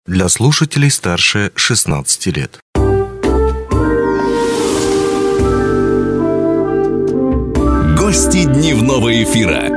Для слушателей старше 16 лет. Гости дневного эфира.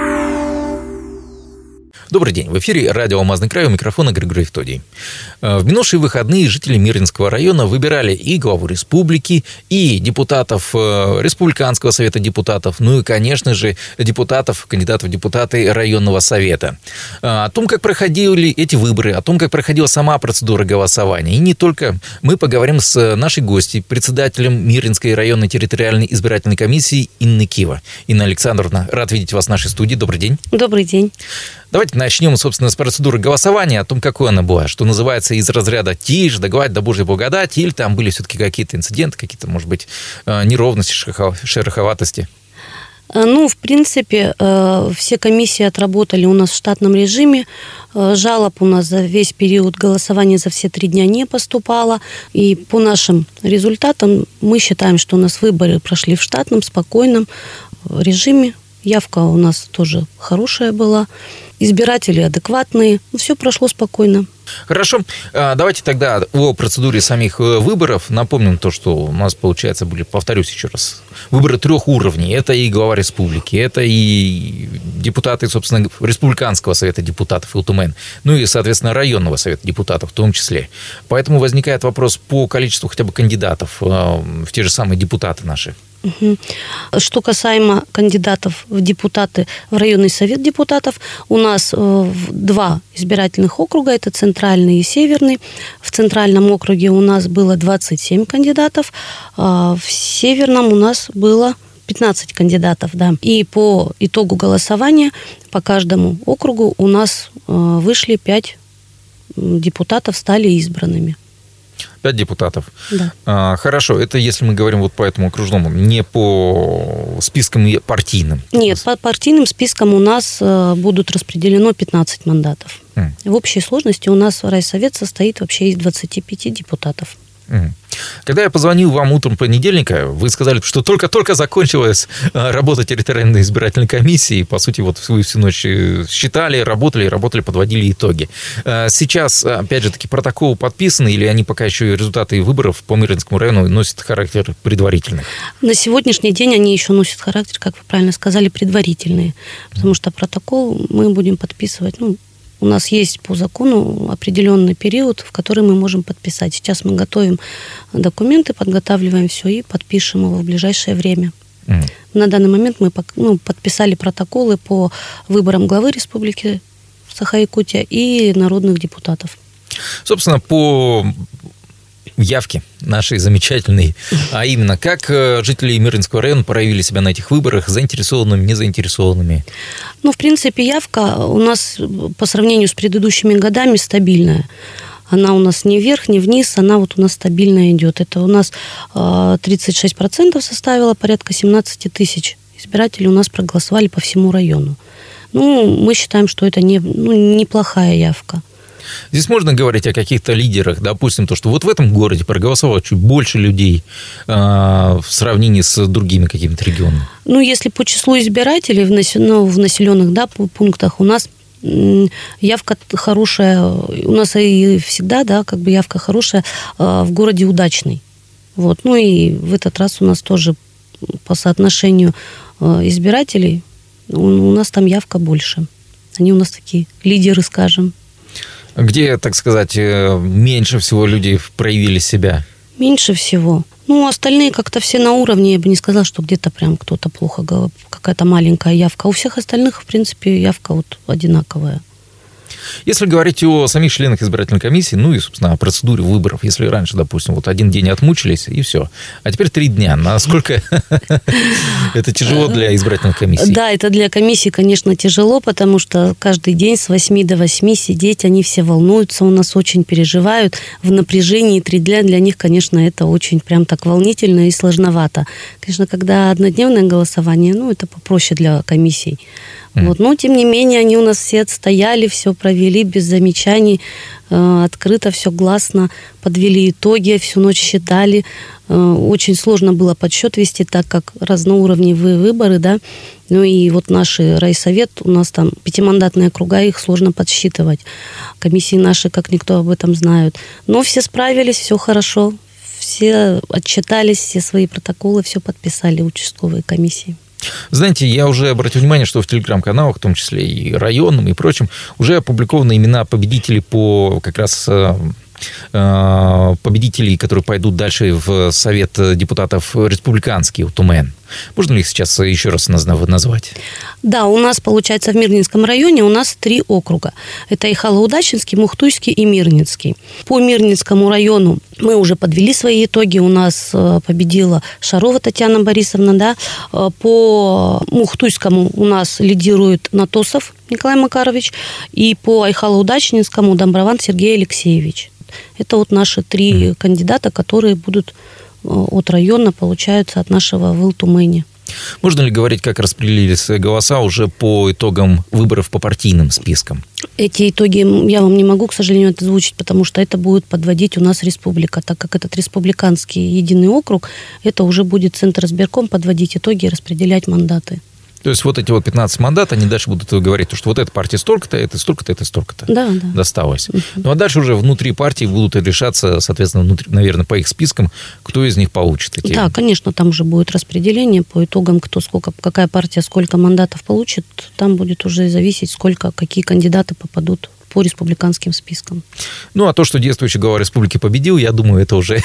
Добрый день. В эфире радио «Алмазный край», у микрофона Григорий Евтодий. В минувшие выходные жители Мирнинского района выбирали и главу республики, и депутатов Республиканского совета депутатов, ну и, конечно же, кандидатов в депутаты районного совета. О том, как проходили эти выборы, о том, как проходила сама процедура голосования. И не только. Мы поговорим с нашей гостьей, председателем Мирнинской районной территориальной избирательной комиссии Инной Кива. Инна Александровна, рад видеть вас в нашей студии. Добрый день. Добрый день. Давайте начнем, собственно, с процедуры голосования, о том, какой она была, что называется, из разряда «тишь», «договаривать до Божьей благодати», или там были все-таки какие-то инциденты, какие-то, может быть, неровности, шероховатости? Ну, в принципе, все комиссии отработали у нас в штатном режиме. Жалоб у нас за весь период голосования за все 3 дня не поступало. И по нашим результатам мы считаем, что у нас выборы прошли в штатном, спокойном режиме. Явка у нас тоже хорошая была. Избиратели адекватные. Все прошло спокойно. Хорошо. Давайте тогда о процедуре самих выборов. Напомним то, что у нас, получается, были, повторюсь еще раз, выборы 3 уровней. Это и глава республики, это и депутаты, собственно, Республиканского совета депутатов ИЛТУМЭН, ну и, соответственно, районного совета депутатов в том числе. Поэтому возникает вопрос по количеству хотя бы кандидатов в те же самые депутаты наши. Что касаемо кандидатов в депутаты в районный совет депутатов, у нас 2 избирательных округа, это центральный и северный. В центральном округе у нас было 27 кандидатов, а в северном у нас было 15 кандидатов. Да. И по итогу голосования по каждому округу у нас вышли 5 депутатов, стали избранными. 5 депутатов. Да. Хорошо, это если мы говорим вот по этому окружному, не по спискам партийным. Нет, по партийным спискам у нас будут распределено 15 мандатов. В общей сложности у нас райсовет состоит вообще из 25 депутатов. Когда я позвонил вам утром понедельника, вы сказали, что только-только закончилась работа территориальной избирательной комиссии. И, по сути, вот вы всю ночь считали, работали, подводили итоги. Сейчас, опять же таки, протоколы подписаны, или они пока еще результаты выборов по Мирнинскому району носят характер предварительных? На сегодняшний день они еще носят характер, как вы правильно сказали, предварительные. Потому что протокол мы будем подписывать, у нас есть по закону определенный период, в который мы можем подписать. Сейчас мы готовим документы, подготавливаем все и подпишем его в ближайшее время. На данный момент мы подписали протоколы по выборам главы Республики Саха-Якутия и народных депутатов. Собственно, по явки нашей замечательной, а именно, как жители Мирнинского района проявили себя на этих выборах, заинтересованными, незаинтересованными? В принципе, явка у нас по сравнению с предыдущими годами стабильная. Она у нас не вверх, не вниз, она вот у нас стабильно идет. Это у нас 36% составило, порядка 17 тысяч избирателей у нас проголосовали по всему району. Мы считаем, что это неплохая явка. Здесь можно говорить о каких-то лидерах, допустим, то, что вот в этом городе проголосовало чуть больше людей в сравнении с другими какими-то регионами? Если по числу избирателей в населенных пунктах у нас явка хорошая, у нас и всегда, явка хорошая в городе Удачный. И в этот раз у нас тоже по соотношению избирателей у нас там явка больше. Они у нас такие лидеры, скажем. Где, так сказать, меньше всего людей проявили себя? Меньше всего. Остальные как-то все на уровне. Я бы не сказала, что где-то прям кто-то плохо, какая-то маленькая явка. У всех остальных, в принципе, явка одинаковая. Если говорить о самих членах избирательной комиссии, и, собственно, о процедуре выборов, если раньше, допустим, 1 день отмучились, и все, а теперь 3 дня, насколько это тяжело для избирательной комиссии? Да, это для комиссии, конечно, тяжело, потому что каждый день с 8 до 8 сидеть, они все волнуются, у нас очень переживают, в напряжении 3 дня для них, конечно, это очень прям так волнительно и сложновато. Конечно, когда однодневное голосование, это попроще для комиссий. Но, тем не менее, они у нас все отстояли, все провели без замечаний. открыто, все гласно, подвели итоги, всю ночь считали. Очень сложно было подсчет вести, так как разноуровневые выборы, да. Ну и вот наш райсовет, у нас там 5-мандатные округа, их сложно подсчитывать. Комиссии наши, как никто об этом знают. Но все справились, все хорошо. Все отчитались, все свои протоколы, все подписали участковые комиссии. Знаете, я уже обратил внимание, что в телеграм-каналах, в том числе и районным, и прочим, уже опубликованы имена победителей по как раз победителей, которые пойдут дальше в Совет депутатов республиканский, Утумен. Можно ли их сейчас еще раз назвать? Да, у нас, получается, в Мирнинском районе у нас 3 округа. Это Ихало-Удачинский, Мухтуйский и Мирнинский. По Мирнинскому району мы уже подвели свои итоги. У нас победила Шарова Татьяна Борисовна. Да. По Мухтуйскому у нас лидирует Натосов Николай Макарович. И по Айхало-Удачнинскому Домброван Сергей Алексеевич. Это вот наши 3 кандидата, которые будут от района, получаются, от нашего в Ил-Тумене. Можно ли говорить, как распределились голоса уже по итогам выборов по партийным спискам? Эти итоги я вам не могу, к сожалению, озвучить, потому что это будет подводить у нас республика, так как этот республиканский единый округ, это уже будет Центр избирком подводить итоги и распределять мандаты. То есть вот эти вот 15 мандатов, они дальше будут говорить, что вот эта партия столько-то, это столько-то, это столько-то досталось. Ну а дальше уже внутри партии будут решаться, соответственно, наверное, по их спискам, кто из них получит эти. Да, конечно, там уже будет распределение по итогам, кто сколько, какая партия сколько мандатов получит, там будет уже зависеть, какие кандидаты попадут по республиканским спискам. Ну, а то, что действующий глава республики победил, я думаю, это уже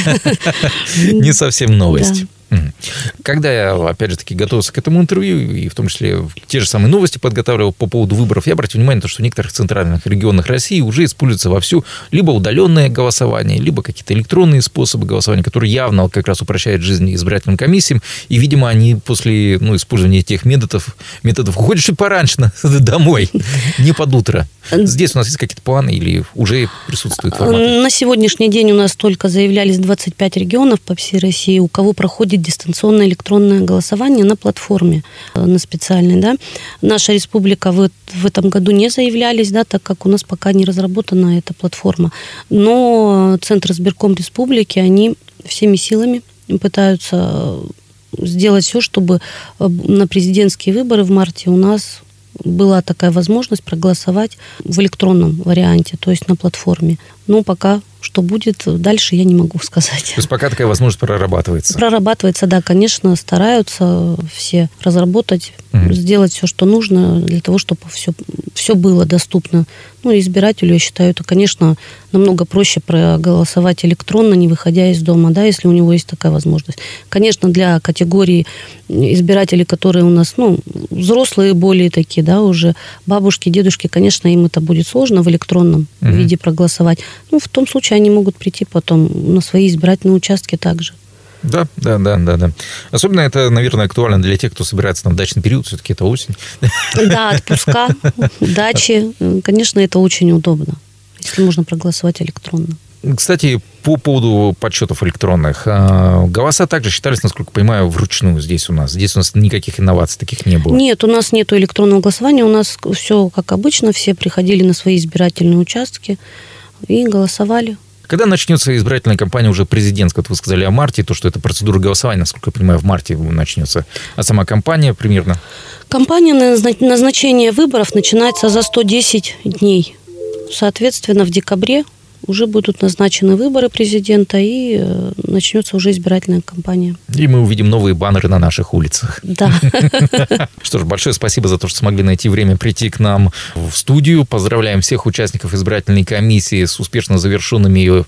не совсем новость. Когда я, опять же таки, готовился к этому интервью, и в том числе те же самые новости подготавливал по поводу выборов, я обратил внимание на то, что в некоторых центральных регионах России уже используется вовсю либо удаленное голосование, либо какие-то электронные способы голосования, которые явно как раз упрощают жизнь избирательным комиссиям, и, видимо, они после использования этих методов уходят чуть пораньше домой, не под утро. Здесь у нас есть какие-то планы или уже присутствуют форматы? На сегодняшний день у нас только заявлялись 25 регионов по всей России, у кого проходит дистанционное электронное голосование на платформе, на специальной. Да. Наша республика в этом году не заявлялись, да, так как у нас пока не разработана эта платформа. Но Центр избирком республики, они всеми силами пытаются сделать все, чтобы на президентские выборы в марте у нас была такая возможность проголосовать в электронном варианте, то есть на платформе. Но пока что будет дальше, я не могу сказать. То есть пока такая возможность прорабатывается? Прорабатывается, да, конечно, стараются все разработать, сделать все, что нужно для того, чтобы все было доступно. Ну, избирателю, я считаю, это, конечно, намного проще проголосовать электронно, не выходя из дома, да, если у него есть такая возможность. Конечно, для категории избирателей, которые у нас, взрослые более такие, да, уже бабушки, дедушки, конечно, им это будет сложно в электронном виде проголосовать. В том случае они могут прийти потом на свои избирательные участки также. Да. Особенно это, наверное, актуально для тех, кто собирается на дачный период, все-таки это осень. Да, отпуска, дачи. Конечно, это очень удобно, если можно проголосовать электронно. Кстати, по поводу подсчетов электронных. Голоса также считались, насколько понимаю, вручную здесь у нас. Здесь у нас никаких инноваций таких не было. Нет, у нас нет электронного голосования. У нас все как обычно. Все приходили на свои избирательные участки и голосовали. Когда начнется избирательная кампания уже президентская? Вот вы сказали о марте, то, что это процедура голосования, насколько я понимаю, в марте начнется. А сама кампания примерно? Кампания на назначение выборов начинается за 110 дней. Соответственно, в декабре уже будут назначены выборы президента, и начнется уже избирательная кампания. И мы увидим новые баннеры на наших улицах. Да. Что ж, большое спасибо за то, что смогли найти время прийти к нам в студию. Поздравляем всех участников избирательной комиссии с успешно завершенной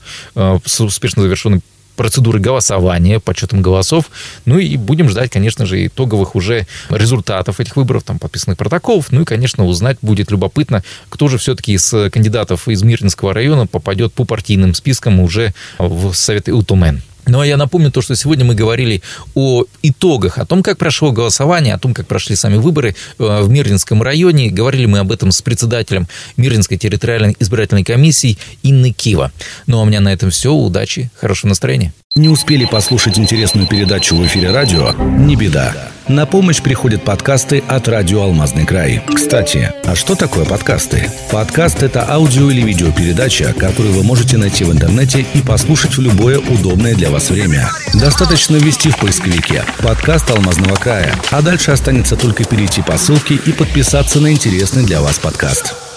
процедуры голосования, подсчетом голосов. Ну и будем ждать, конечно же, итоговых уже результатов этих выборов, подписанных протоколов. Ну и, конечно, узнать будет любопытно, кто же все-таки из кандидатов из Мирнинского района попадет по партийным спискам уже в Совет Ил-Тумен. Ну, а я напомню то, что сегодня мы говорили о итогах, о том, как прошло голосование, о том, как прошли сами выборы в Мирнинском районе. Говорили мы об этом с председателем Мирнинской территориальной избирательной комиссии Инной Кива. Ну, а у меня на этом все. Удачи, хорошего настроения. Не успели послушать интересную передачу в эфире радио? Не беда. На помощь приходят подкасты от радио «Алмазный край». Кстати, а что такое подкасты? Подкаст – это аудио- или видеопередача, которую вы можете найти в интернете и послушать в любое удобное для вас время. Достаточно ввести в поисковике «Подкаст Алмазного края», а дальше останется только перейти по ссылке и подписаться на интересный для вас подкаст.